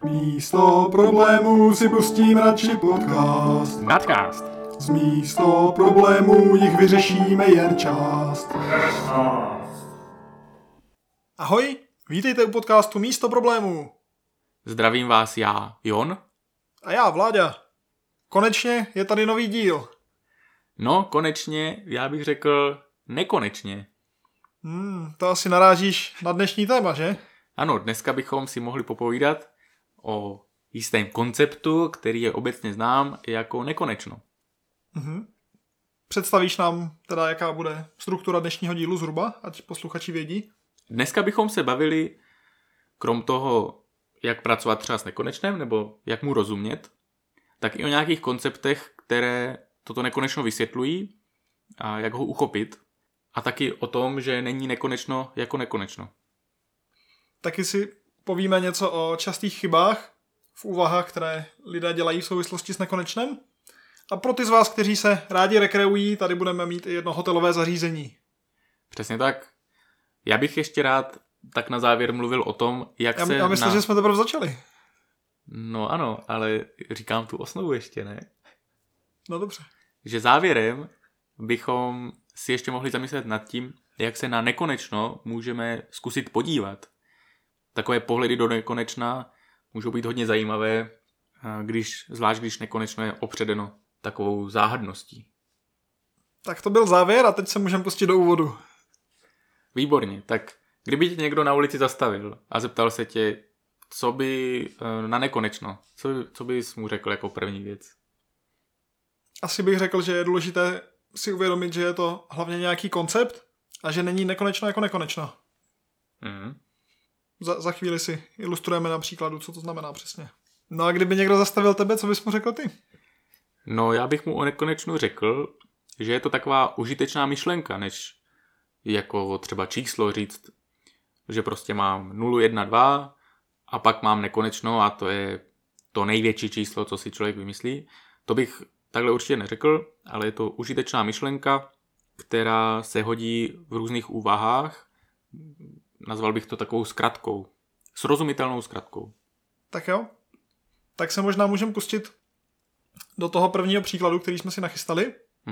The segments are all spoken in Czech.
Místo problémů si pustím radši podcast. Nadcast. Z místo problémů jich vyřešíme jen část. Ahoj, vítejte u podcastu Místo problémů. Zdravím vás já, Jon. A já, Vláďa. Konečně je tady nový díl. No, konečně, já bych řekl nekonečně. To asi narážíš na dnešní téma, že? Ano, dneska bychom si mohli popovídat o jistém konceptu, který je obecně znám jako nekonečno. Představíš nám teda, jaká bude struktura dnešního dílu zhruba, ať posluchači vědí? Dneska bychom se bavili, krom toho, jak pracovat třeba s nekonečnem, nebo jak mu rozumět, tak i o nějakých konceptech, které toto nekonečno vysvětlují a jak ho uchopit. A taky o tom, že není nekonečno jako nekonečno. Taky si povíme něco o častých chybách v úvahách, které lidé dělají v souvislosti s nekonečnem. A pro ty z vás, kteří se rádi rekreují, tady budeme mít i jedno hotelové zařízení. Přesně tak. Já bych ještě rád tak na závěr mluvil o tom, jak se... Já myslím, že jsme teprve začali. No ano, ale říkám tu osnovu ještě, ne? No dobře. Že závěrem bychom si ještě mohli zamyslet nad tím, jak se na nekonečno můžeme zkusit podívat. Takové pohledy do nekonečna můžou být hodně zajímavé, zvlášť když nekonečno je opředeno takovou záhadností. Tak to byl závěr a teď se můžeme pustit do úvodu. Výborně, tak kdyby tě někdo na ulici zastavil a zeptal se tě, co by na nekonečno, co bys mu řekl jako první věc? Asi bych řekl, že je důležité si uvědomit, že je to hlavně nějaký koncept a že není nekonečno jako nekonečno. Za chvíli si ilustrujeme na příkladu, co to znamená přesně. No a kdyby někdo zastavil tebe, co bys mu řekl ty? No já bych mu o nekonečnu řekl, že je to taková užitečná myšlenka, než jako třeba číslo říct, že prostě mám 0, 1, 2 a pak mám nekonečno a to je to největší číslo, co si člověk vymyslí. To bych takhle určitě neřekl, ale je to užitečná myšlenka, která se hodí v různých úvahách. Nazval bych to takovou zkratkou. Srozumitelnou zkratkou. Tak jo. Tak se možná můžeme pustit do toho prvního příkladu, který jsme si nachystali.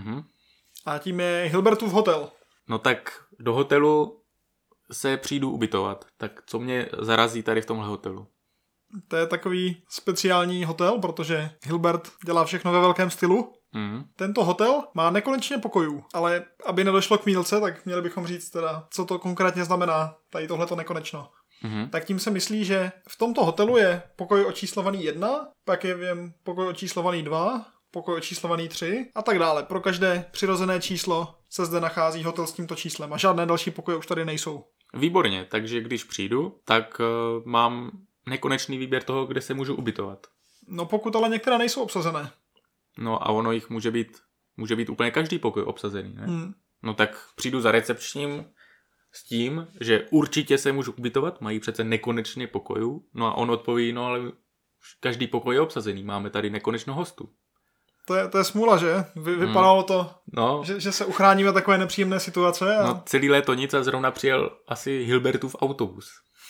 A tím je Hilbertův hotel. No tak do hotelu se přijdu ubytovat. Tak co mě zarazí tady v tomhle hotelu? To je takový speciální hotel, protože Hilbert dělá všechno ve velkém stylu. Tento hotel má nekonečně pokojů, ale aby nedošlo k mýlce, tak měli bychom říct teda, co to konkrétně znamená, tady tohleto nekonečno. Tak tím se myslí, že v tomto hotelu je pokoj očíslovaný 1, pak je v něm pokoj očíslovaný 2, pokoj očíslovaný 3 a tak dále. Pro každé přirozené číslo se zde nachází hotel s tímto číslem a žádné další pokoje už tady nejsou. Výborně, takže když přijdu, tak mám nekonečný výběr toho, kde se můžu ubytovat. No pokud ale některé nejsou obsazené. No a ono jich může být úplně každý pokoj obsazený, ne? No tak přijdu za recepčním s tím, že určitě se můžu ubytovat, mají přece nekonečně pokojů. No a on odpoví, no ale každý pokoj je obsazený, máme tady nekonečno hostů. To je smůla, že? Vypadalo to, že se uchráníme takové nepříjemné situace. No celý léto nic a zrovna přijel asi Hilbertův autobus.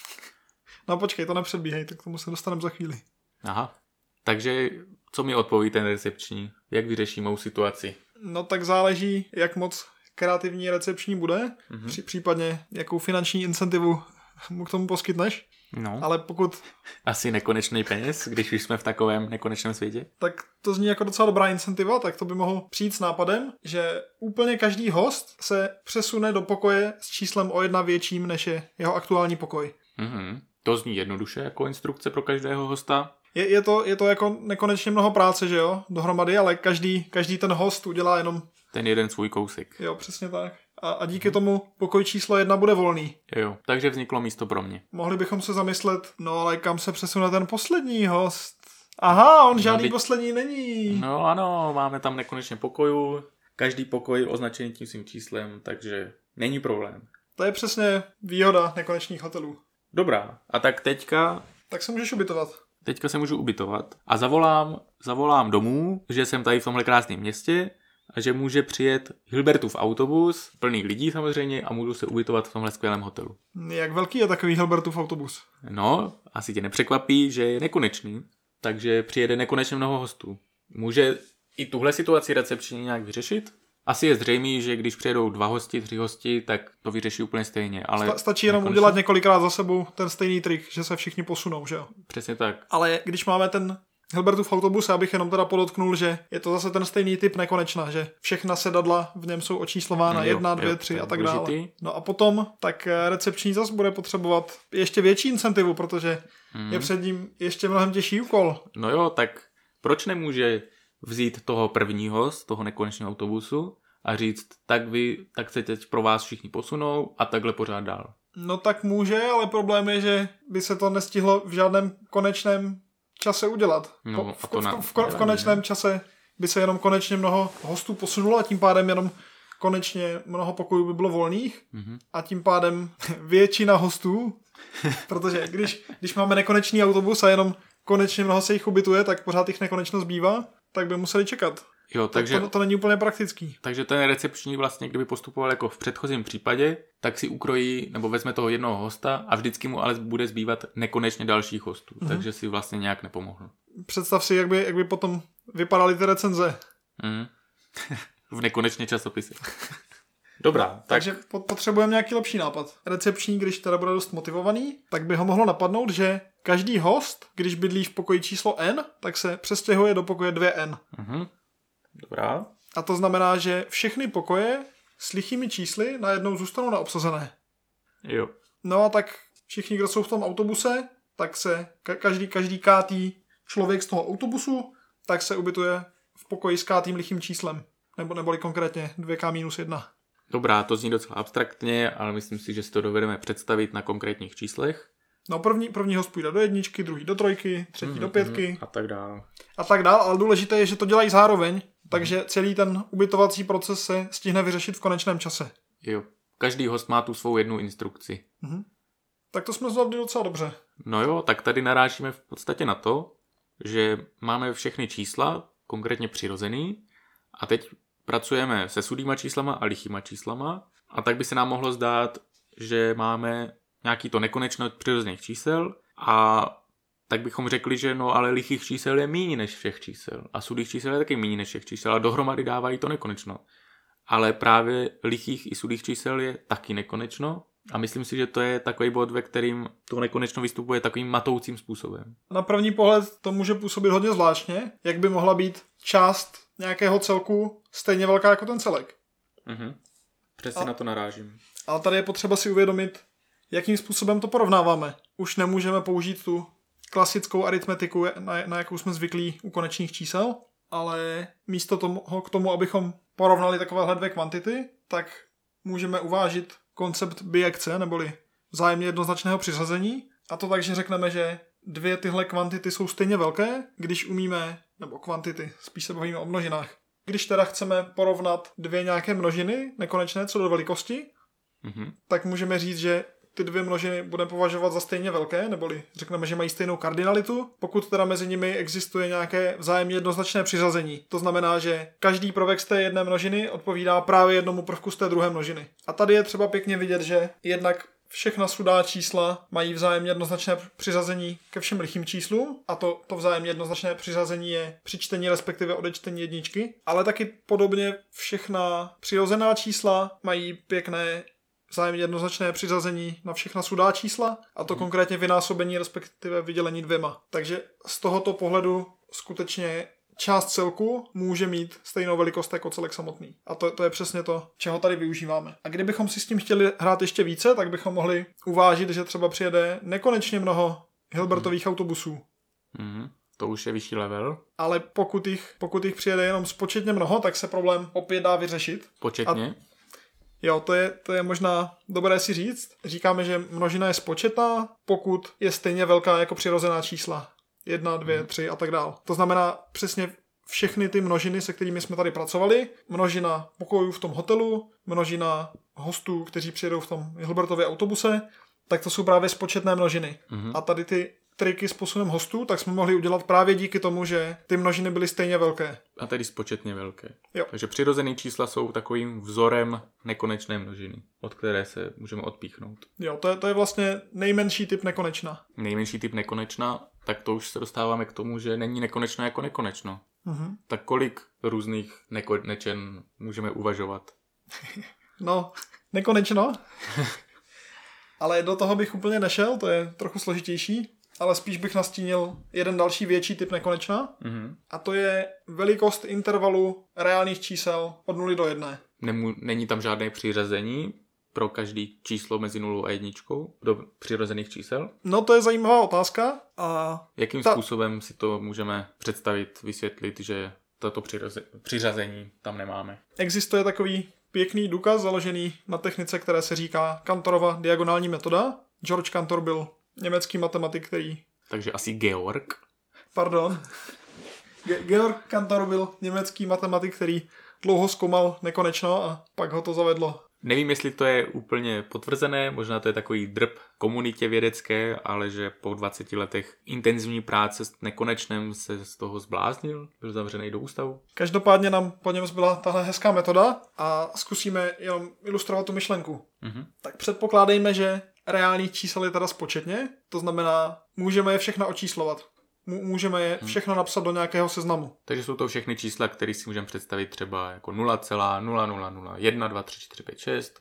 No počkej, to nepředbíhej, tak k tomu se dostaneme za chvíli. Aha, takže co mi odpoví ten recepční? Jak vyřeší mou situaci? No tak záleží, jak moc kreativní recepční bude, případně jakou finanční incentivu mu k tomu poskytneš. No. Ale pokud... Asi nekonečný peněz, když už jsme v takovém nekonečném světě. Tak to zní jako docela dobrá incentiva, tak to by mohl přijít s nápadem, že úplně každý host se přesune do pokoje s číslem o 1 větším, než je jeho aktuální pokoj. To zní jednoduše jako instrukce pro každého hosta. Je to jako nekonečně mnoho práce, že jo, dohromady, ale každý ten host udělá jenom... ten jeden svůj kousek. Jo, přesně tak. A díky tomu pokoj číslo 1 bude volný. Jo, takže vzniklo místo pro mě. Mohli bychom se zamyslet, no ale kam se přesune ten poslední host? Aha, on žádný poslední není. No ano, máme tam nekonečně pokojů, každý pokoj označený tím svým číslem, takže není problém. To je přesně výhoda nekonečných hotelů. Dobrá, a tak teďka... Tak se můžeš ubytovat. Teďka se můžu ubytovat a zavolám domů, že jsem tady v tomhle krásném městě, a že může přijet Hilbertův autobus, plný lidí samozřejmě, a můžu se ubytovat v tomhle skvělém hotelu. Jak velký je takový Hilbertův autobus? No, asi tě nepřekvapí, že je nekonečný, takže přijede nekonečně mnoho hostů. Může i tuhle situaci recepční nějak vyřešit? Asi je zřejmé, že když přijedou 2 hosti, 3 hosti, tak to vyřeší úplně stejně. Ale stačí jenom udělat několikrát za sebou ten stejný trik, že se všichni posunou, že jo? Přesně tak. Ale když máme ten Hilbertův autobus, já bych jenom teda podotknul, že je to zase ten stejný typ nekonečna, že všechna sedadla v něm jsou očíslována 1, 2, 3 a tak dále. No a potom tak recepční zas bude potřebovat ještě větší incentivu, protože je před ním ještě mnohem těžší úkol. No jo, tak proč nemůže vzít toho prvního z toho nekonečného autobusu a říct, tak se teď pro vás všichni posunou a takhle pořád dál. No tak může, ale problém je, že by se to nestihlo v žádném konečném čase udělat. No, v konečném čase by se jenom konečně mnoho hostů posunulo a tím pádem jenom konečně mnoho pokojů by bylo volných a tím pádem většina hostů, protože když máme nekonečný autobus a jenom konečně mnoho se jich ubytuje, tak pořád jich nekonečno zbývá, tak by museli čekat. Jo, takže to není úplně praktický. Takže ten recepční vlastně, kdyby postupoval jako v předchozím případě, tak si ukrojí nebo vezme toho jednoho hosta a vždycky mu ale bude zbývat nekonečně dalších hostů. Takže si vlastně nějak nepomohl. Představ si, jak by potom vypadaly ty recenze. V nekonečně časopise. Dobrá. Takže potřebujeme nějaký lepší nápad. Recepční, když teda bude dost motivovaný, tak by ho mohlo napadnout, že každý host, když bydlí v pokoji číslo N, tak se přestěhuje do pokoje 2N. Dobrá. A to znamená, že všechny pokoje s lichými čísly najednou zůstanou neobsazené. Jo. No a tak všichni, kdo jsou v tom autobuse, tak se každý kátý člověk z toho autobusu, tak se ubytuje v pokoji s kátým lichým číslem. Neboli konkrétně 2K-1. Dobrá, to zní docela abstraktně, ale myslím si, že si to dovedeme představit na konkrétních číslech. No první host půjde do 1, druhý do 3, třetí do 5. A tak dál. A tak dál, ale důležité je, že to dělají zároveň, takže celý ten ubytovací proces se stihne vyřešit v konečném čase. Jo, každý host má tu svou jednu instrukci. Tak to jsme zvládli docela dobře. No jo, tak tady narážíme v podstatě na to, že máme všechny čísla, konkrétně přirozený, a teď pracujeme se sudýma číslama a lichýma číslama, a tak by se nám mohlo zdát, že máme nějaký to nekonečno přirozených čísel a tak bychom řekli, že no ale lichých čísel je méně než všech čísel a sudých čísel je taky méně než všech čísel a dohromady dávají to nekonečno. Ale právě lichých i sudých čísel je taky nekonečno a myslím si, že to je takový bod, ve kterým to nekonečno vystupuje takovým matoucím způsobem. Na první pohled to může působit hodně zvláštně, jak by mohla být část nějakého celku stejně velká jako ten celek. Přesně na to narážím. Ale tady je potřeba si uvědomit, jakým způsobem to porovnáváme. Už nemůžeme použít tu klasickou aritmetiku, na jakou jsme zvyklí u konečných čísel, ale místo toho k tomu, abychom porovnali takovéhle 2 kvantity, tak můžeme uvážit koncept bijekce, neboli vzájemně jednoznačného přiřazení. A to tak, že řekneme, že 2 tyhle kvantity jsou stejně velké, když umíme, nebo kvantity, spíš se bavíme o množinách. Když teda chceme porovnat 2 nějaké množiny, nekonečné co do velikosti, tak můžeme říct, že ty 2 množiny budeme považovat za stejně velké, neboli řekneme, že mají stejnou kardinalitu, pokud teda mezi nimi existuje nějaké vzájemně jednoznačné přiřazení. To znamená, že každý prvek z té jedné množiny odpovídá právě jednomu prvku z té druhé množiny. A tady je třeba pěkně vidět, že jednak všechna sudá čísla mají vzájemně jednoznačné přiřazení ke všem lichým číslům a to vzájemně jednoznačné přiřazení je při čtení respektive odečtení jedničky, ale taky podobně všechna přirozená čísla mají pěkné vzájemně jednoznačné přiřazení na všechna sudá čísla a to konkrétně vynásobení respektive vydělení 2. Takže z tohoto pohledu skutečně část celku může mít stejnou velikost jako celek samotný. A to je přesně to, čeho tady využíváme. A kdybychom si s tím chtěli hrát ještě více, tak bychom mohli uvážit, že třeba přijede nekonečně mnoho Hilbertových autobusů. To už je vyšší level. Ale pokud jich přijede jenom spočetně mnoho, tak se problém opět dá vyřešit. Početně? Jo, to je možná dobré si říct. Říkáme, že množina je spočetná, pokud je stejně velká jako přirozená čísla. 1, 2, 3 a tak dál. To znamená přesně všechny ty množiny, se kterými jsme tady pracovali. Množina pokojů v tom hotelu, množina hostů, kteří přijedou v tom Hilbertově autobuse, tak to jsou právě spočetné množiny. A tady ty triky s posunem hostů, tak jsme mohli udělat právě díky tomu, že ty množiny byly stejně velké. A tedy spočetně velké. Jo. Takže přirozené čísla jsou takovým vzorem nekonečné množiny, od které se můžeme odpíchnout. Jo, to je vlastně nejmenší typ nekonečna. Nejmenší typ nekonečna, tak to už se dostáváme k tomu, že není nekonečno jako nekonečno. Mhm. Tak kolik různých nekonečen můžeme uvažovat? No, nekonečno. Ale do toho bych úplně nešel, to je trochu složitější. Ale spíš bych nastínil jeden další větší typ nekonečna. Mhm. A to je velikost intervalu reálných čísel od 0 do 1. Není tam žádné přiřazení pro každý číslo mezi 0 a 1 do přirozených čísel? No to je zajímavá otázka. A jakým způsobem si to můžeme představit, vysvětlit, že toto přiřazení tam nemáme? Existuje takový pěkný důkaz založený na technice, které se říká Cantorova diagonální metoda. George Cantor byl německý matematik, který... Takže asi Georg. Pardon. Georg Cantor byl německý matematik, který dlouho zkoumal nekonečno a pak ho to zavedlo. Nevím, jestli to je úplně potvrzené, možná to je takový drb komunitě vědecké, ale že po 20 letech intenzivní práce s nekonečnem se z toho zbláznil, byl zavřený do ústavu. Každopádně nám po něm zbyla tahle hezká metoda a zkusíme jenom ilustrovat tu myšlenku. Mhm. Tak předpokládejme, že reálných čísel je teda spočetně, to znamená, můžeme je všechna očíslovat. Můžeme je všechno napsat do nějakého seznamu. Takže jsou to všechny čísla, které si můžeme představit třeba jako 0,0001, 2, 3, 4, 5, 6,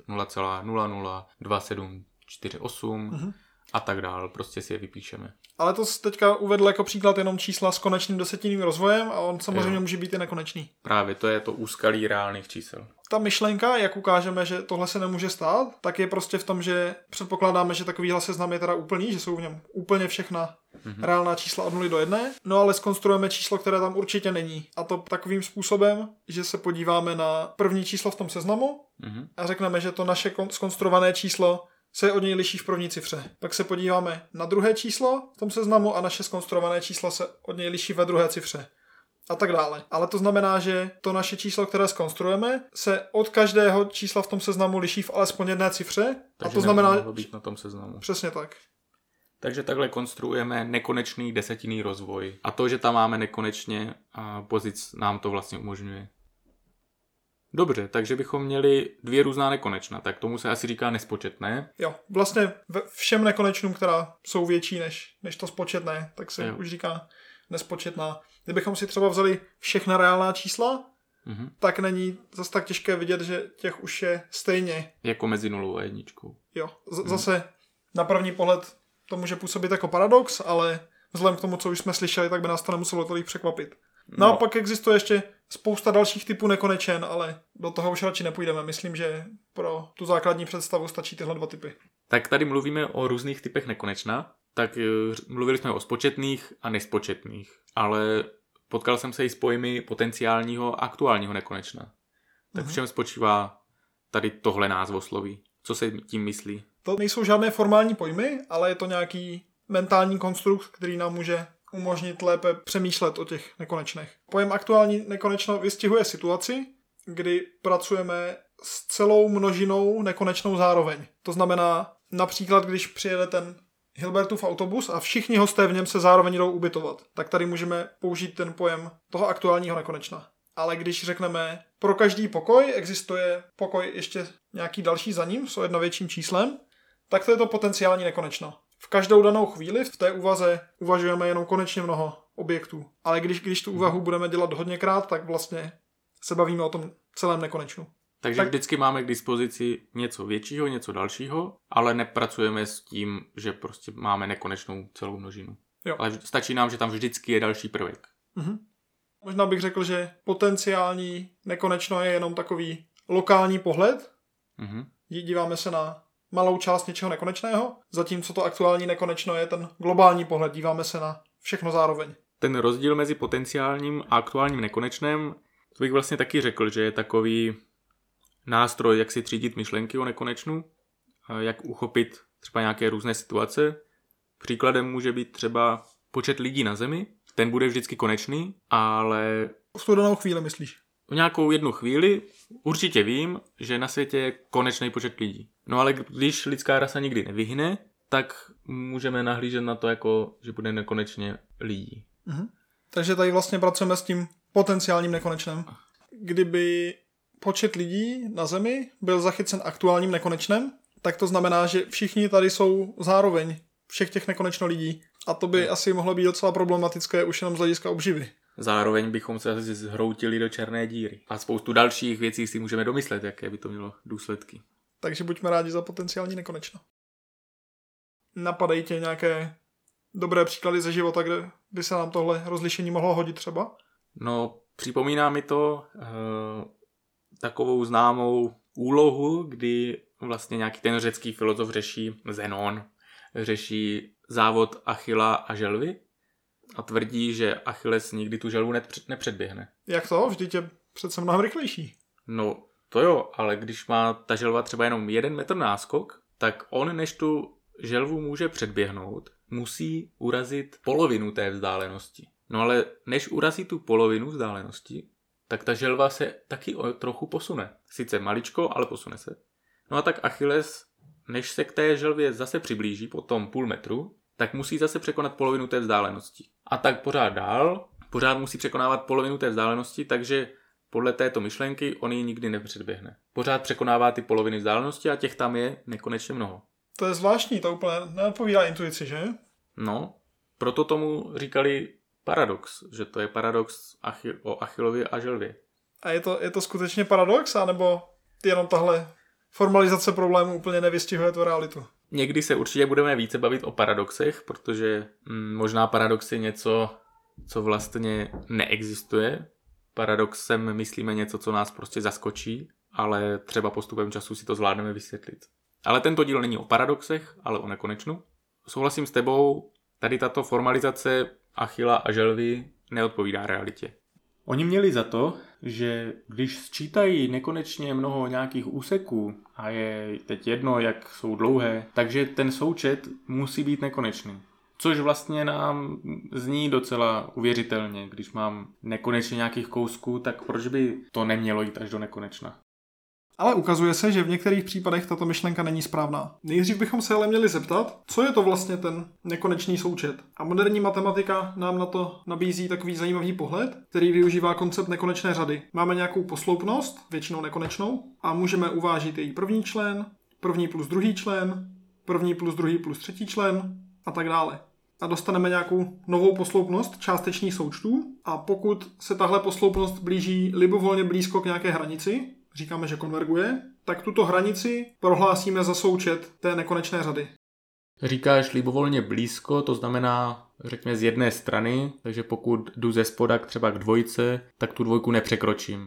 0,002748 a tak dál. Prostě si je vypíšeme. Ale to teďka uvedl jako příklad jenom čísla s konečným desetiným rozvojem a on samozřejmě může být i nekonečný. Právě, to je to úskalí reálných čísel. Ta myšlenka, jak ukážeme, že tohle se nemůže stát, tak je prostě v tom, že předpokládáme, že takovýhle seznam je teda úplný, že jsou v něm úplně všechna reálná čísla od 0 do 1, no ale zkonstruujeme číslo, které tam určitě není. A to takovým způsobem, že se podíváme na první číslo v tom seznamu a řekneme, že to naše zkonstruované číslo se od něj liší v první cifře. Pak se podíváme na druhé číslo v tom seznamu a naše zkonstruované číslo se od něj liší ve druhé cifře. A tak dále. Ale to znamená, že to naše číslo, které zkonstruujeme, se od každého čísla v tom seznamu liší v alespoň jedné cifře. Takže a to znamená, být na tom seznamu. Přesně tak. Takže takhle konstruujeme nekonečný desetinný rozvoj. A to, že tam máme nekonečně pozic, nám to vlastně umožňuje. Dobře, takže bychom měli 2 různá nekonečna, tak tomu se asi říká nespočetné. Jo, vlastně všem nekonečnům, která jsou větší než to spočetné, tak se už říká nespočetná. Kdybychom si třeba vzali všechna reálná čísla, tak není zase tak těžké vidět, že těch už je stejně. Jako mezi 0 a 1. Jo, zase na první pohled to může působit jako paradox, ale vzhledem k tomu, co už jsme slyšeli, tak by nás to nemuselo tolik překvapit. No a pak existuje ještě spousta dalších typů nekonečen, ale do toho už radši nepůjdeme. Myslím, že pro tu základní představu stačí tyhle 2 typy. Tak tady mluvíme o různých typech nekonečna. Tak mluvili jsme o spočetných a nespočetných, ale potkal jsem se i s pojmy potenciálního a aktuálního nekonečna. Tak v čem spočívá tady tohle názvosloví? Co se tím myslí? To nejsou žádné formální pojmy, ale je to nějaký mentální konstrukt, který nám může umožnit lépe přemýšlet o těch nekonečnech. Pojem aktuální nekonečno vystihuje situaci, kdy pracujeme s celou množinou nekonečnou zároveň. To znamená například, když přijede ten Hilbertův autobus a všichni hosté v něm se zároveň jdou ubytovat, tak tady můžeme použít ten pojem toho aktuálního nekonečna. Ale když řekneme, pro každý pokoj existuje pokoj ještě nějaký další za ním s o 1 větším číslem, tak to je to potenciální nekonečno. V každou danou chvíli v té úvaze uvažujeme jenom konečně mnoho objektů. Ale když tu úvahu budeme dělat hodněkrát, tak vlastně se bavíme o tom celém nekonečnu. Takže vždycky máme k dispozici něco většího, něco dalšího, ale nepracujeme s tím, že prostě máme nekonečnou celou množinu. Jo. Ale stačí nám, že tam vždycky je další prvek. Možná bych řekl, že potenciální nekonečno je jenom takový lokální pohled. Díváme se na malou část něčeho nekonečného, zatímco to aktuální nekonečno je ten globální pohled. Díváme se na všechno zároveň. Ten rozdíl mezi potenciálním a aktuálním nekonečném, to bych vlastně taky řekl, že je takový nástroj, jak si třídit myšlenky o nekonečnu, jak uchopit třeba nějaké různé situace. Příkladem může být třeba počet lidí na Zemi, ten bude vždycky konečný, ale v tu danou chvíli myslíš? V nějakou jednu chvíli určitě vím, že na světě je konečný počet lidí. No ale když lidská rasa nikdy nevyhne, tak můžeme nahlížet na to jako, že bude nekonečně lidí. Takže tady vlastně pracujeme s tím potenciálním nekonečnem. Kdyby počet lidí na Zemi byl zachycen aktuálním nekonečnem, tak to znamená, že všichni tady jsou zároveň všech těch nekonečno lidí. A to by asi mohlo být docela problematické už jenom z hlediska obživy. Zároveň bychom se asi zhroutili do černé díry. A spoustu dalších věcí si můžeme domyslet, jaké by to mělo důsledky. Takže buďme rádi za potenciální nekonečno. Napadají tě nějaké dobré příklady ze života, kde by se nám tohle rozlišení mohlo hodit třeba? No, připomíná mi to takovou známou úlohu, kdy vlastně nějaký ten řecký filozof řeší, Zenon, řeší závod Achilla a želvy a tvrdí, že Achilles nikdy tu želvu nepředběhne. Jak to? Vždyť je přece mnohem rychlejší. No, to jo, ale když má ta želva třeba jenom 1 metr náskok, tak on, než tu želvu může předběhnout, musí urazit polovinu té vzdálenosti. No ale než urazí tu polovinu vzdálenosti, tak ta želva se taky trochu posune. Sice maličko, ale posune se. No a tak Achilles, než se k té želvě zase přiblíží po tom půl metru, tak musí zase překonat polovinu té vzdálenosti. A tak pořád dál, pořád musí překonávat polovinu té vzdálenosti, takže podle této myšlenky on ji nikdy nepředběhne. Pořád překonává ty poloviny vzdálenosti a těch tam je nekonečně mnoho. To je zvláštní, to úplně neodpovídá intuici, že? No, proto tomu říkali paradox, že to je paradox o Achillovi a želvě. A je to skutečně paradox, anebo jenom tahle formalizace problému úplně nevystihuje tu realitu? Někdy se určitě budeme více bavit o paradoxech, protože možná paradox je něco, co vlastně neexistuje. Paradoxem myslíme něco, co nás prostě zaskočí, ale třeba postupem času si to zvládneme vysvětlit. Ale tento díl není o paradoxech, ale o nekonečnu. Souhlasím s tebou, tady tato formalizace Achilla a želvy neodpovídá realitě. Oni měli za to, že když sčítají nekonečně mnoho nějakých úseků a je teď jedno, jak jsou dlouhé, takže ten součet musí být nekonečný. Což vlastně nám zní docela uvěřitelně. Když mám nekonečně nějakých kousků, tak proč by to nemělo jít až do nekonečna? Ale ukazuje se, že v některých případech tato myšlenka není správná. Nejdřív bychom se ale měli zeptat, co je to vlastně ten nekonečný součet. A moderní matematika nám na to nabízí takový zajímavý pohled, který využívá koncept nekonečné řady. Máme nějakou posloupnost, většinou nekonečnou, a můžeme uvážit její první člen, první plus druhý člen, první plus druhý plus třetí člen a tak dále. A dostaneme nějakou novou posloupnost částečných součtů a pokud se tahle posloupnost blíží libovolně blízko k nějaké hranici, říkáme, že konverguje, tak tuto hranici prohlásíme za součet té nekonečné řady. Říkáš libovolně blízko, to znamená, řekněme, z jedné strany, takže pokud jdu ze spoda třeba k dvojce, tak tu dvojku nepřekročím.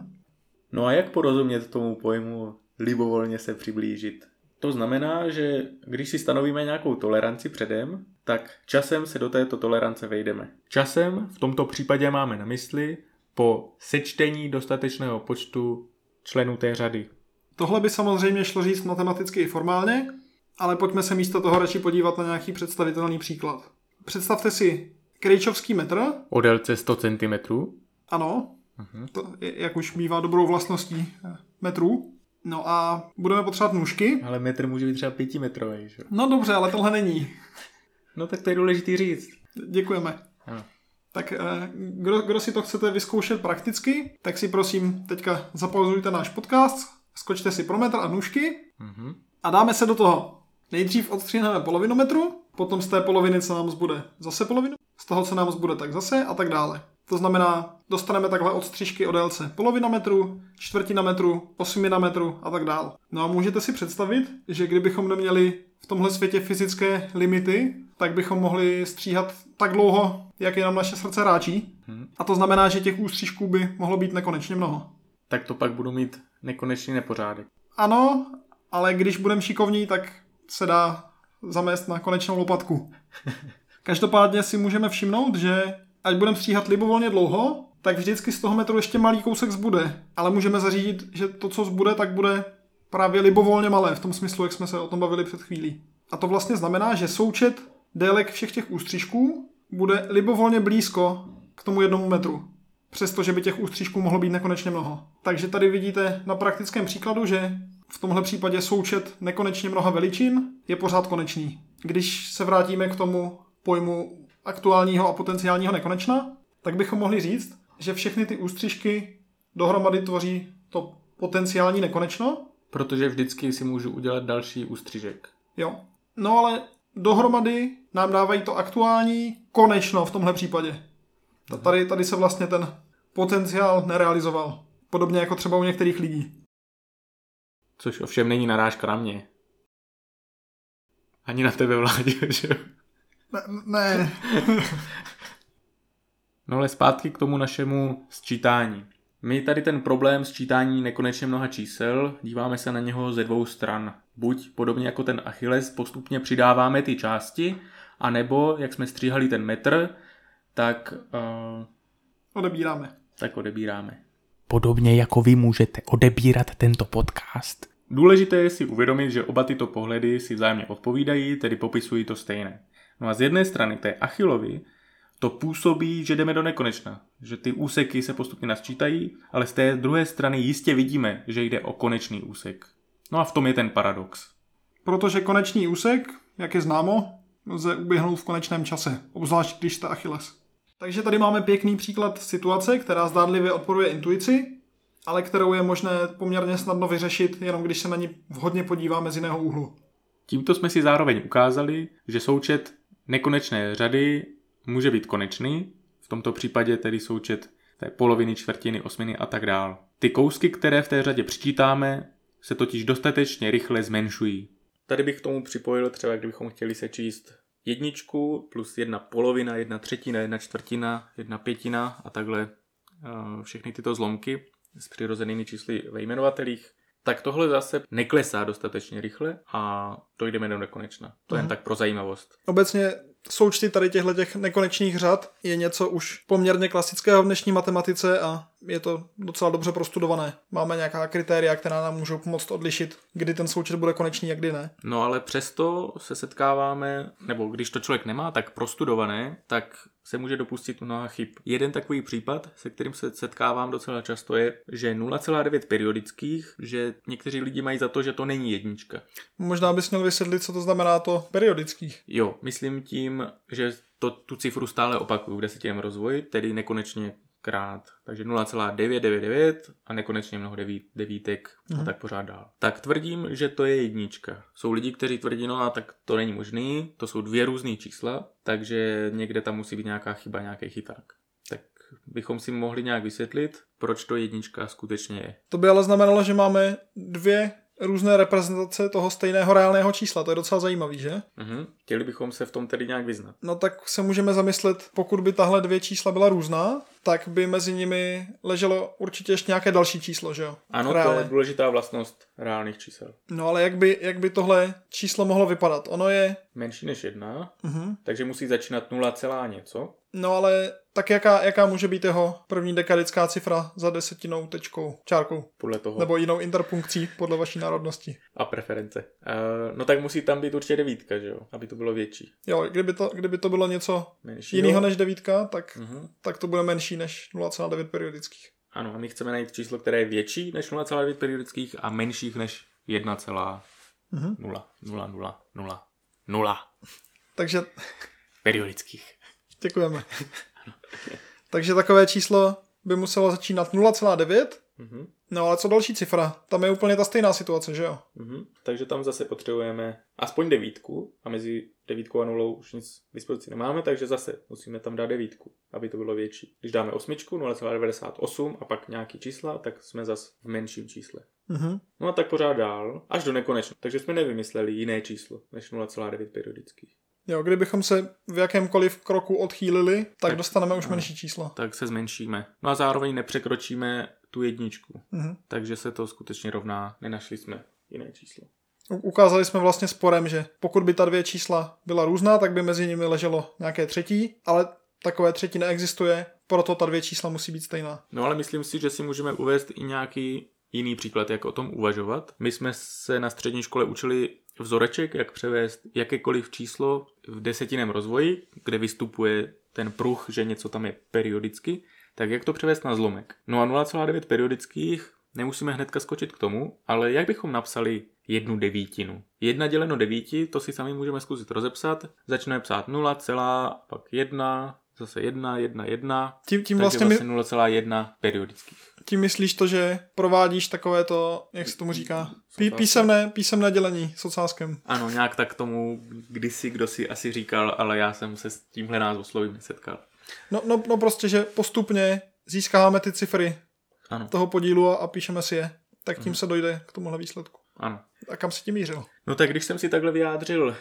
No a jak porozumět tomu pojmu libovolně se přiblížit? To znamená, že když si stanovíme nějakou toleranci předem, tak časem se do této tolerance vejdeme. Časem v tomto případě máme na mysli po sečtení dostatečného počtu členů té řady. Tohle by samozřejmě šlo říct matematicky i formálně, ale pojďme se místo toho radši podívat na nějaký představitelný příklad. Představte si Krejčovský metr. O délce 100 cm. Ano, to je, jak už bývá dobrou vlastností metrů. No a budeme potřebovat nůžky. Ale metr může být třeba 5 metrový, že? No dobře, ale tohle není. No tak to je důležitý říct. Děkujeme. Ano. Tak kdo si to chcete vyzkoušet prakticky, tak si prosím teďka zapauzujte náš podcast, skočte si pro metr a nůžky a dáme se do toho. Nejdřív odstřihneme polovinu metru, potom z té poloviny, co nám zbude, zase polovinu, z toho, co nám zbude, tak zase a tak dále. To znamená, dostaneme takhle odstřižky o délce polovina metru, čtvrtina metru, osmina metru a tak dále. No a můžete si představit, že kdybychom neměli v tomhle světě fyzické limity, tak bychom mohli stříhat tak dlouho, jak je nám naše srdce ráčí. A to znamená, že těch ústřížků by mohlo být nekonečně mnoho. Tak to pak budu mít nekonečný nepořádek. Ano, ale když budeme šikovní, tak se dá zamést na konečnou lopatku. Každopádně si můžeme všimnout, že ať budeme stříhat libovolně dlouho, tak vždycky z toho metru ještě malý kousek zbude. Ale můžeme zařídit, že to, co zbude, tak bude právě libovolně malé, v tom smyslu, jak jsme se o tom bavili před chvílí. A to vlastně znamená, že součet délek všech těch ústřížků bude libovolně blízko k tomu 1 metru. Přestože by těch ústřížků mohlo být nekonečně mnoho. Takže tady vidíte na praktickém příkladu, že v tomhle případě součet nekonečně mnoha veličin je pořád konečný. když se vrátíme k tomu pojmu aktuálního a potenciálního nekonečna, tak bychom mohli říct, že všechny ty ústřižky dohromady tvoří to potenciální nekonečno. Protože vždycky si můžu udělat další ústřižek. Jo. No ale dohromady nám dávají to aktuální konečno v tomhle případě. Tady se vlastně ten potenciál nerealizoval. Podobně jako třeba u některých lidí. Což ovšem není narážka na mě. Ani na tebe, Vládě, že jo? Ne. No ale zpátky k tomu našemu sčítání. My tady ten problém sčítání nekonečně mnoha čísel, díváme se na něho ze dvou stran. Buď podobně jako ten Achilles postupně přidáváme ty části, anebo, jak jsme stříhali ten metr, tak odebíráme. Podobně jako vy můžete odebírat tento podcast. Důležité je si uvědomit, že oba tyto pohledy si vzájemně odpovídají, tedy popisují to stejné. No a z jedné strany té Achillovi to působí, že jdeme do nekonečna, že ty úseky se postupně nasčítají, ale z té druhé strany jistě vidíme, že jde o konečný úsek. No a v tom je ten paradox. Protože konečný úsek, jak je známo, lze uběhnout v konečném čase, obzvlášť když jste Achilles. Takže tady máme pěkný příklad situace, která zdánlivě odporuje intuici, ale kterou je možné poměrně snadno vyřešit, jenom když se na ní vhodně podíváme z jiného úhlu. Tímto jsme si zároveň ukázali, že součet nekonečné řady může být konečný, v tomto případě tedy součet té poloviny, čtvrtiny, osminy a tak dál. Ty kousky, které v té řadě přičítáme, se totiž dostatečně rychle zmenšují. Tady bych k tomu připojil třeba, kdybychom chtěli sečíst jedničku plus 1/2, 1/3, 1/4, 1/5 a takhle všechny tyto zlomky s přirozenými čísly ve jmenovatelích, tak tohle zase neklesá dostatečně rychle a dojdeme do nekonečna. To jen tak pro zajímavost. Obecně součty tady těchto nekonečných řad je něco už poměrně klasického v dnešní matematice a je to docela dobře prostudované. Máme nějaká kritéria, která nám můžou pomoct odlišit, kdy ten součet bude konečný a kdy ne. No ale přesto se setkáváme, nebo když to člověk nemá tak prostudované, tak se může dopustit mnoha chyb. Jeden takový případ, se kterým se setkávám docela často, je, že 0,9 periodických, že někteří lidi mají za to, že to není jednička. Možná bys měl vysvětlit, co to znamená to periodických. Jo, myslím tím, že tu cifru stále opakuju v desetiném rozvoji, tedy nekonečně krát. Takže 0,999 a nekonečně mnoho devítek a tak pořád dál. Tak tvrdím, že to je jednička. Jsou lidi, kteří tvrdí, no a tak to není možný, to jsou dvě různý čísla, takže někde tam musí být nějaká chyba, nějaký chyták. Tak bychom si mohli nějak vysvětlit, proč to jednička skutečně je. To by ale znamenalo, že máme dvě různé reprezentace toho stejného reálného čísla. To je docela zajímavý, že? Chtěli bychom se v tom tedy nějak vyznat. No tak se můžeme zamyslet, pokud by tahle dvě čísla byla různá, tak by mezi nimi leželo určitě ještě nějaké další číslo, že jo? Ano, reálné. To je důležitá vlastnost reálných čísel. No ale jak by tohle číslo mohlo vypadat? Ono je menší než 1, takže musí začínat 0, něco. No ale tak jaká může být jeho první dekadická cifra za desetinou, tečkou, čárkou? Podle toho. Nebo jinou interpunkcí podle vaší národnosti. A preference. No tak musí tam být určitě 9, že jo? Aby to bylo větší. Jo, kdyby to bylo něco jiného než 9, tak to bude menší než 0,9 periodických. Ano, a my chceme najít číslo, které je větší než 0,9 periodických a menších než 1,00000. Takže periodických. Děkujeme. Takže takové číslo by muselo začínat 0,9. No ale co další cifra? Tam je úplně ta stejná situace, že jo? Takže tam zase potřebujeme aspoň 9 a mezi 9 a 0 už nic k dispozici nemáme, takže zase musíme tam dát 9, aby to bylo větší. Když dáme 8, 0,98 a pak nějaký čísla, tak jsme zase v menším čísle. No a tak pořád dál, až do nekonečna. Takže jsme nevymysleli jiné číslo než 0,9 periodických. Jo, kdybychom se v jakémkoliv kroku odchýlili, tak dostaneme už menší číslo. Tak se zmenšíme. No a zároveň nepřekročíme tu jedničku. Takže se to skutečně rovná, nenašli jsme jiné číslo. Ukázali jsme vlastně sporem, že pokud by ta dvě čísla byla různá, tak by mezi nimi leželo nějaké třetí, ale takové třetí neexistuje, proto ta dvě čísla musí být stejná. No ale myslím si, že si můžeme uvést i nějaký jiný příklad, jak o tom uvažovat. My jsme se na střední škole učili vzoreček, jak převést jakékoliv číslo v desetiném rozvoji, kde vystupuje ten pruh, že něco tam je periodicky, tak jak to převést na zlomek. No a 0,9 periodických nemusíme hnedka skočit k tomu, ale jak bychom napsali 1 devítinu. 1 děleno 9, to si sami můžeme zkusit rozepsat. Začneme psát 0, pak 1, zase 1, 1, 1. Tím vlastně 0,1 periodických. Tím myslíš to, že provádíš takové to, jak se tomu říká, písemné dělení s ocáskem. Ano, nějak tak tomu kdysi, kdo si asi říkal, ale já jsem se s tímhle názvoslovím nesetkal. No prostě, že postupně získáváme ty cifry toho podílu a píšeme si je. Tak tím se dojde k tomuhle výsledku. Ano. A kam si tím mířil? No tak když jsem si takhle vyjádřil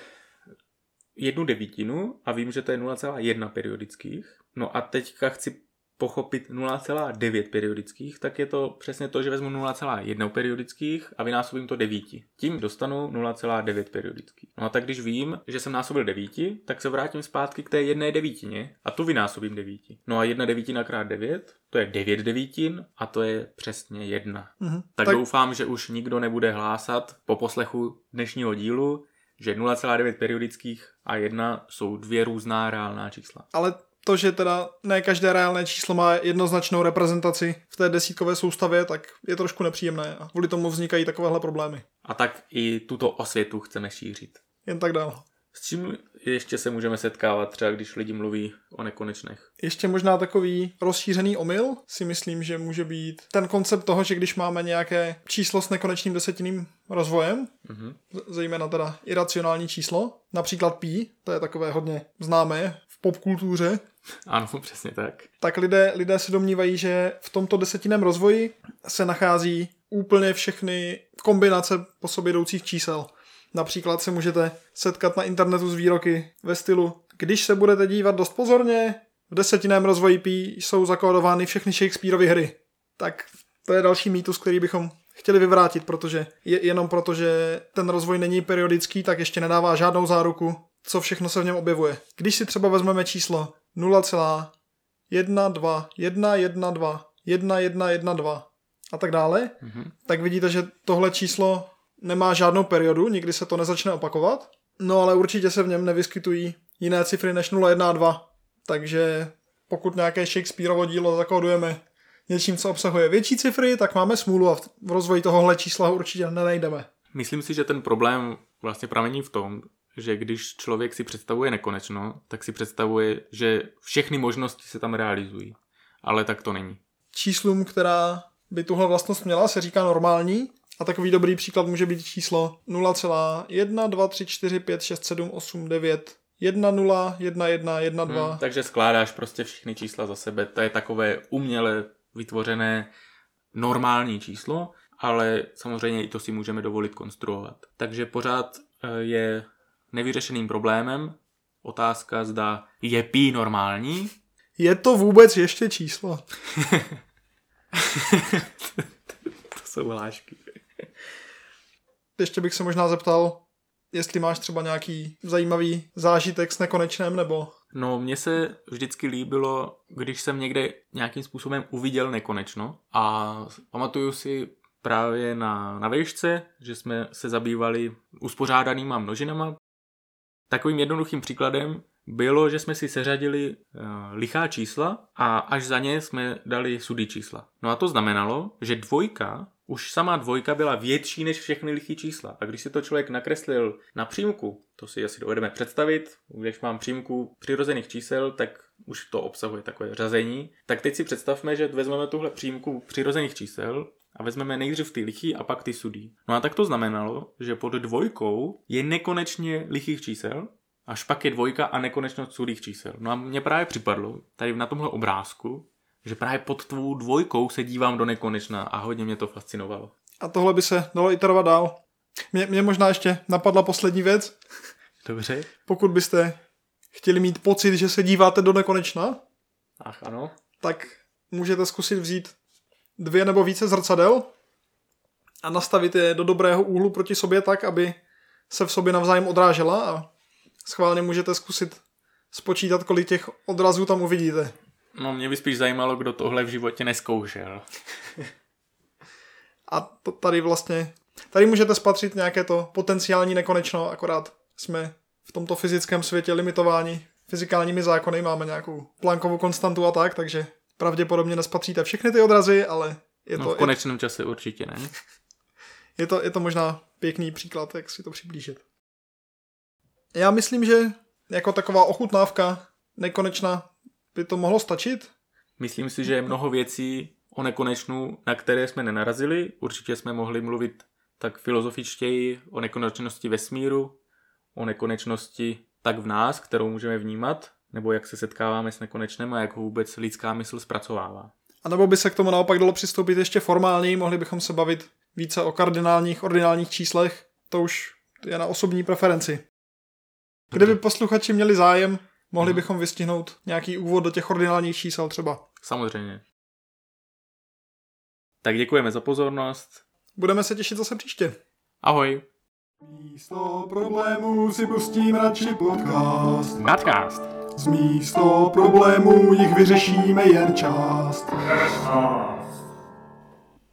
1 devítinu a vím, že to je 0,1 periodických, no a teďka chci pochopit 0,9 periodických, tak je to přesně to, že vezmu 0,1 periodických a vynásobím to 9. Tím dostanu 0,9 periodických. No a tak když vím, že jsem násobil 9, tak se vrátím zpátky k té 1 devítině a tu vynásobím 9. No a 1 devítina krát 9, to je 9 devítin a to je přesně 1. Tak doufám, že už nikdo nebude hlásat po poslechu dnešního dílu, že 0,9 periodických a 1 jsou 2 různá reálná čísla. Ale to, že teda ne každé reálné číslo má jednoznačnou reprezentaci v té desítkové soustavě, tak je trošku nepříjemné a kvůli tomu vznikají takovéhle problémy. A tak i tuto osvětu chceme šířit. Jen tak dál. S čím ještě se můžeme setkávat, třeba když lidi mluví o nekonečnech? Ještě možná takový rozšířený omyl si myslím, že může být ten koncept toho, že když máme nějaké číslo s nekonečným desetinným rozvojem, zejména teda iracionální číslo, například pi, to je takové hodně známé v popkultuře. Ano, přesně tak. Tak lidé se domnívají, že v tomto desetinném rozvoji se nachází úplně všechny kombinace po sobě jdoucích čísel. Například se můžete setkat na internetu s výroky ve stylu: když se budete dívat dost pozorně, v desetinném rozvoji pi jsou zakódovány všechny Shakespeareovy hry. Tak to je další mýtus, který bychom chtěli vyvrátit, protože jenom proto, že ten rozvoj není periodický, tak ještě nedává žádnou záruku, co všechno se v něm objevuje. Když si třeba vezmeme číslo 0,11211121112 a tak dále, tak vidíte, že tohle číslo nemá žádnou periodu, nikdy se to nezačne opakovat, no ale určitě se v něm nevyskytují jiné cifry než 0, 1 a 2. Takže pokud nějaké Shakespeareovo dílo zakódujeme něčím, co obsahuje větší cifry, tak máme smůlu a v rozvoji tohohle čísla určitě nenajdeme. Myslím si, že ten problém vlastně pramení v tom, že když člověk si představuje nekonečno, tak si představuje, že všechny možnosti se tam realizují. Ale tak to není. Číslům, která by tuhle vlastnost měla, se říká normální. A takový dobrý příklad může být číslo 0,1, 2, 3, 4, 5, 6, 7, 8, 9, 1, 0, 1, 1, 1, 2. Takže skládáš prostě všechny čísla za sebe. To je takové uměle vytvořené normální číslo, ale samozřejmě i to si můžeme dovolit konstruovat. Takže pořád je nevyřešeným problémem otázka, zda je pi normální. Je to vůbec ještě číslo? To jsou hlášky. Ještě bych se možná zeptal, jestli máš třeba nějaký zajímavý zážitek s nekonečném, nebo... No, mně se vždycky líbilo, když jsem někde nějakým způsobem uviděl nekonečno a pamatuju si právě na výšce, že jsme se zabývali uspořádanýma množinama. Takovým jednoduchým příkladem bylo, že jsme si seřadili lichá čísla a až za ně jsme dali sudý čísla. No a to znamenalo, že už sama dvojka byla větší než všechny lichý čísla. A když si to člověk nakreslil na přímku, to si asi dovedeme představit, když mám přímku přirozených čísel, tak už to obsahuje takové řazení. Tak teď si představme, že vezmeme tuhle přímku přirozených čísel a vezmeme nejdřív ty lichý a pak ty sudý. No a tak to znamenalo, že pod dvojkou je nekonečně lichých čísel, až pak je dvojka a nekonečnost sudých čísel. No a mně právě připadlo, tady na tomhle obrázku, že právě pod tvou dvojkou se dívám do nekonečna a hodně mě to fascinovalo. A tohle by se dalo iterovat dál. Mě možná ještě napadla poslední věc. Dobře. Pokud byste chtěli mít pocit, že se díváte do nekonečna, ach ano, tak můžete zkusit vzít 2 nebo více zrcadel a nastavit je do dobrého úhlu proti sobě tak, aby se v sobě navzájem odrážela a schválně můžete zkusit spočítat, kolik těch odrazů tam uvidíte. No, mě by spíš zajímalo, kdo tohle v životě nezkoušel. A tady můžete spatřit nějaké to potenciální nekonečno, akorát jsme v tomto fyzickém světě limitováni fyzikálními zákony, máme nějakou Planckovu konstantu a tak, takže pravděpodobně nespatříte všechny ty odrazy, ale v konečném čase určitě ne. je to možná pěkný příklad, jak si to přiblížit. Já myslím, že jako taková ochutnávka nekonečná by to mohlo stačit. Myslím si, že je mnoho věcí o nekonečnu, na které jsme nenarazili. Určitě jsme mohli mluvit tak filozofičtěji o nekonečnosti vesmíru, o nekonečnosti tak v nás, kterou můžeme vnímat, nebo jak se setkáváme s nekonečnem a jak ho vůbec lidská mysl zpracovává. A nebo by se k tomu naopak dalo přistoupit ještě formálněji, mohli bychom se bavit více o ordinálních číslech, to už je na osobní preferenci. Kdyby posluchači měli zájem, mohli bychom vystihnout nějaký úvod do těch ordinálních čísel třeba. Samozřejmě. Tak děkujeme za pozornost. Budeme se těšit zase příště. Ahoj. Místo problémů si pustím radši podcast. Nadcast. Z místo problémů jich vyřešíme jen část.